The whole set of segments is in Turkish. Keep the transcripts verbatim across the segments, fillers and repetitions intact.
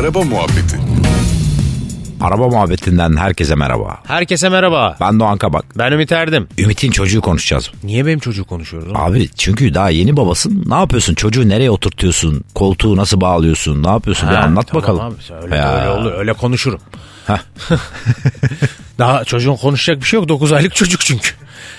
Araba Muhabbeti. Araba muhabbetinden herkese merhaba. Herkese merhaba. Ben Doğan Kabak. Ben Ümit Erdem. Ümit'in çocuğu konuşacağız. Niye benim çocuğu konuşuyoruz? Abi çünkü daha yeni babasın. Ne yapıyorsun? Çocuğu nereye oturtuyorsun? Koltuğu nasıl bağlıyorsun? Ne yapıyorsun? Ha, bir anlat tamam bakalım. Abi, öyle, öyle olur. Öyle konuşurum. Daha çocuğun konuşacak bir şey yok. dokuz aylık çocuk çünkü.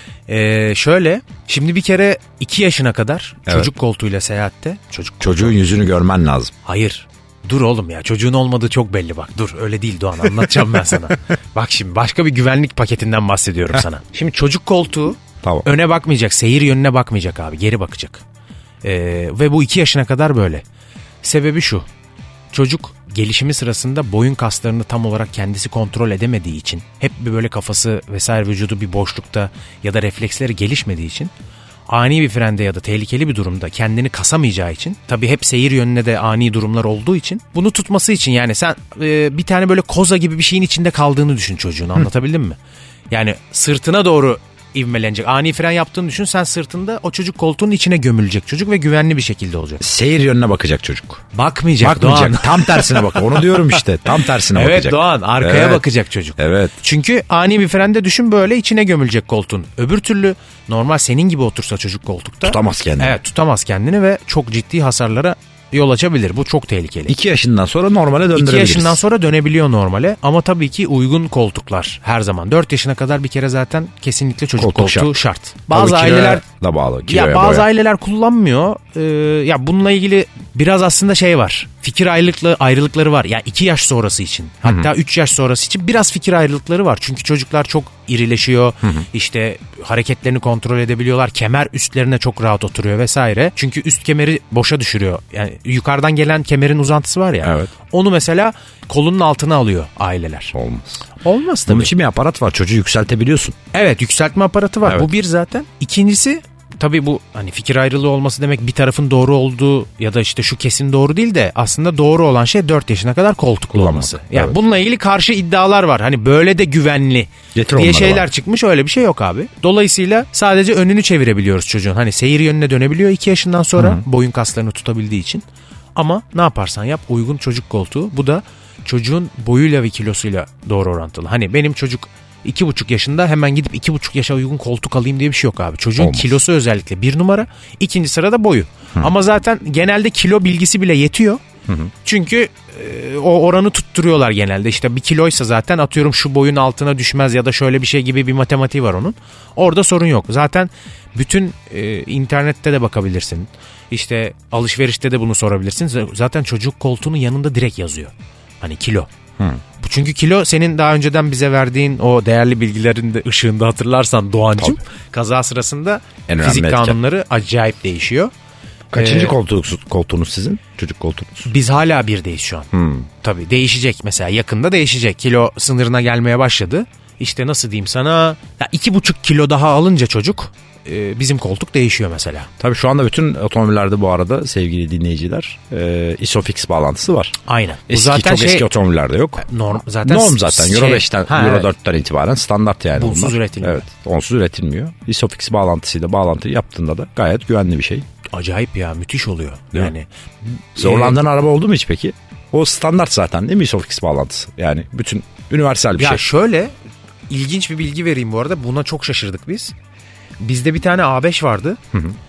Ee, şöyle şimdi bir kere iki yaşına kadar evet. Çocuk koltuğuyla seyahatte. Çocuk Çocuğun yüzünü görmen lazım. Hayır. Dur oğlum ya, çocuğun olmadığı çok belli bak. Dur öyle değil Doğan, anlatacağım ben sana. Bak şimdi başka bir güvenlik paketinden bahsediyorum sana. Şimdi çocuk koltuğu tamam. Öne bakmayacak, seyir yönüne bakmayacak abi, geri bakacak. Ee, ve bu iki yaşına kadar böyle. Sebebi şu: çocuk gelişimi sırasında boyun kaslarını tam olarak kendisi kontrol edemediği için, hep bir böyle kafası vesaire vücudu bir boşlukta ya da refleksleri gelişmediği için, ani bir frende ya da tehlikeli bir durumda kendini kasamayacağı için, tabii hep seyir yönüne de ani durumlar olduğu için, bunu tutması için yani sen e, bir tane böyle koza gibi bir şeyin içinde kaldığını düşün çocuğun, anlatabildim mi? Yani sırtına doğru ivmelenecek. Ani fren yaptığını düşün, sen sırtında, o çocuk koltuğun içine gömülecek çocuk ve güvenli bir şekilde olacak. Seyir yönüne bakacak çocuk. Bakmayacak, Bakmayacak. Doğan. Tam tersine bak. Onu diyorum işte. Tam tersine evet, bakacak. Evet Doğan, arkaya evet. bakacak çocuk. Evet. Çünkü ani bir frende düşün, böyle içine gömülecek koltuğun. Öbür türlü normal senin gibi otursa çocuk koltukta tutamaz kendini. Evet, tutamaz kendini ve çok ciddi hasarlara yol açabilir. Bu çok tehlikeli. İki yaşından sonra normale döndürebiliriz. İki yaşından sonra dönebiliyor normale ama tabii ki uygun koltuklar her zaman. Dört yaşına kadar bir kere zaten kesinlikle çocuk Koltuk koltuğu şart. şart. Bazı tabii aileler da bağlı. Ya bazı boya. aileler kullanmıyor. Ee, ya bununla ilgili biraz aslında şey var. Fikir ayrılıkları ayrılıkları var. Ya iki yaş sonrası için, hatta üç yaş sonrası için biraz fikir ayrılıkları var. Çünkü çocuklar çok irileşiyor. Hı hı. İşte hareketlerini kontrol edebiliyorlar. Kemer üstlerine çok rahat oturuyor vesaire. Çünkü üst kemeri boşa düşürüyor. Yani yukarıdan gelen kemerin uzantısı var ya. Evet. Onu mesela kolunun altına alıyor aileler. Olmaz. Olmaz tabii. Bunun için bir aparat var. Çocuğu yükseltebiliyorsun. Evet, yükseltme aparatı var. Evet. Bu bir zaten. İkincisi, tabii bu hani fikir ayrılığı olması demek bir tarafın doğru olduğu ya da işte şu kesin doğru değil de, aslında doğru olan şey dört yaşına kadar koltuklu olması. Yani evet. Bununla ilgili karşı iddialar var. Hani böyle de güvenli Getir diye şeyler var. Çıkmış, öyle bir şey yok abi. Dolayısıyla sadece önünü çevirebiliyoruz çocuğun. Hani seyir yönüne dönebiliyor iki yaşından sonra, Hı-hı. boyun kaslarını tutabildiği için. Ama ne yaparsan yap, uygun çocuk koltuğu. Bu da çocuğun boyuyla ve kilosuyla doğru orantılı. Hani benim çocuk İki buçuk yaşında, hemen gidip iki buçuk yaşa uygun koltuk alayım diye bir şey yok abi. Çocuğun Olmaz. Kilosu özellikle bir numara, ikinci sırada boyu. Hı. Ama zaten genelde kilo bilgisi bile yetiyor. Hı hı. Çünkü e, o oranı tutturuyorlar genelde. İşte bir kiloysa zaten, atıyorum şu boyun altına düşmez ya da şöyle bir şey gibi bir matematiği var onun. Orada sorun yok. Zaten bütün e, internette de bakabilirsin. İşte alışverişte de bunu sorabilirsin. Zaten çocuk koltuğunun yanında direkt yazıyor. Hani kilo. Hı. Çünkü kilo, senin daha önceden bize verdiğin o değerli bilgilerin de ışığında hatırlarsan Doğancığım, Tabii. kaza sırasında en fizik kanunları acayip değişiyor. Kaçıncı ee, koltuğunuz, koltuğunuz sizin? Çocuk koltuğunuz? Biz hala birdeyiz şu an. Hmm. Tabii değişecek mesela, yakında değişecek. Kilo sınırına gelmeye başladı. İşte nasıl diyeyim sana, ya iki buçuk kilo daha alınca çocuk, bizim koltuk değişiyor mesela. Tabii şu anda bütün otomobillerde bu arada sevgili dinleyiciler e, ISOFIX bağlantısı var. Aynen. Eski, zaten çok şey, eski otomobillerde yok. Norm zaten. Norm zaten. Şey, Euro beşten, ha, Euro evet. dörtten itibaren standart yani. Bunsuz üretilmiyor. Evet. Onsuz üretilmiyor. ISOFIX bağlantısıyla bağlantı yaptığında da gayet güvenli bir şey. Acayip ya, müthiş oluyor. Değil yani. Zorlandığın e, araba oldu mu hiç peki? O standart zaten değil mi ISOFIX bağlantısı? Yani bütün universal bir ya şey. Ya şöyle ilginç bir bilgi vereyim bu arada. Buna çok şaşırdık biz. Bizde bir tane A beş vardı. Hı hı.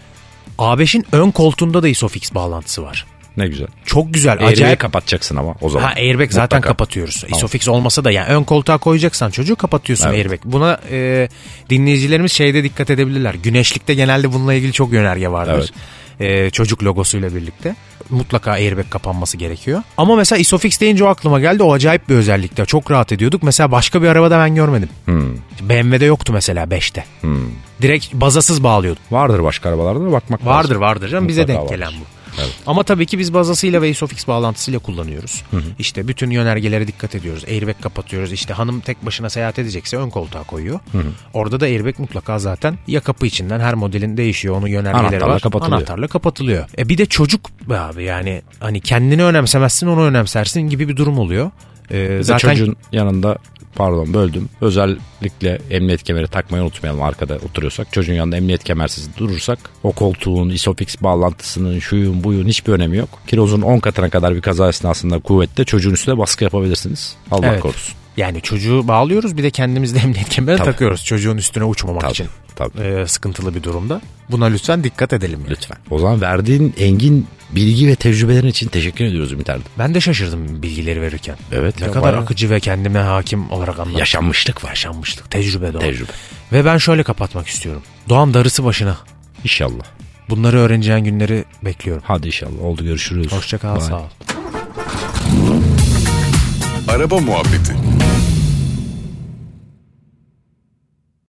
A beşin ön koltuğunda da ISOFIX bağlantısı var. Ne güzel. Çok güzel. Airbag'i acayip kapatacaksın ama o zaman. Ha, airbag zaten Mutlaka. kapatıyoruz. Tamam. ISOFIX olmasa da, yani ön koltuğa koyacaksan çocuğu kapatıyorsun, evet. airbag. Buna e, dinleyicilerimiz şeyde dikkat edebilirler. Güneşlikte genelde bununla ilgili çok yönerge vardır. Evet. Ee, çocuk logosuyla birlikte mutlaka airbag kapanması gerekiyor. Ama mesela ISOFIX deyince o aklıma geldi. O acayip bir özellikte. Çok rahat ediyorduk. Mesela başka bir arabada ben görmedim. Hmm. B M W'de yoktu mesela beşte. Hmm. Direkt bazasız bağlıyordum. Vardır başka arabalarda da bakmak vardır, lazım. Vardır vardır canım. Bize denk vardır. Gelen bu. Evet. Ama tabii ki biz bazasıyla ve ISOFIX bağlantısıyla kullanıyoruz. Hı hı. İşte bütün yönergelere dikkat ediyoruz. Airbag kapatıyoruz. İşte hanım tek başına seyahat edecekse ön koltuğa koyuyor. Hı hı. Orada da airbag mutlaka zaten ya kapı içinden, her modelin değişiyor. Onun yönergeleri Anahtarla var. Kapatılıyor. Anahtarla kapatılıyor. E bir de çocuk be abi, yani hani kendini önemsemezsin, onu önemsersin gibi bir durum oluyor. Ee, zaten çocuğun yanında pardon böldüm. Özellikle emniyet kemeri takmayı unutmayalım arkada oturuyorsak. Çocuğun yanında emniyet kemersiz durursak o koltuğun, isofix bağlantısının, şuyun buyun hiçbir önemi yok. Kilozun on katına kadar bir kaza esnasında kuvvette çocuğun üstüne baskı yapabilirsiniz. Allah evet. korusun. Yani çocuğu bağlıyoruz, bir de kendimiz de emniyet kemeri tabii. takıyoruz çocuğun üstüne uçmamak tabii. için. Tabii. Ee, sıkıntılı bir durumda. Buna lütfen dikkat edelim. Yani. Lütfen. O zaman verdiğin engin bilgi ve tecrübelerin için teşekkür ediyoruz Ümit Erdem. Ben de şaşırdım bilgileri verirken. Evet. Ne kadar bayağı... akıcı ve kendime hakim olarak anlattım. Yaşanmışlık var. Yaşanmışlık. Tecrübe doğru. Tecrübe. Ve ben şöyle kapatmak istiyorum. Doğan darısı başına. İnşallah. Bunları öğreneceğin günleri bekliyorum. Hadi inşallah. Oldu, görüşürüz. Hoşça kal. Sağ ol. Araba muhabbeti.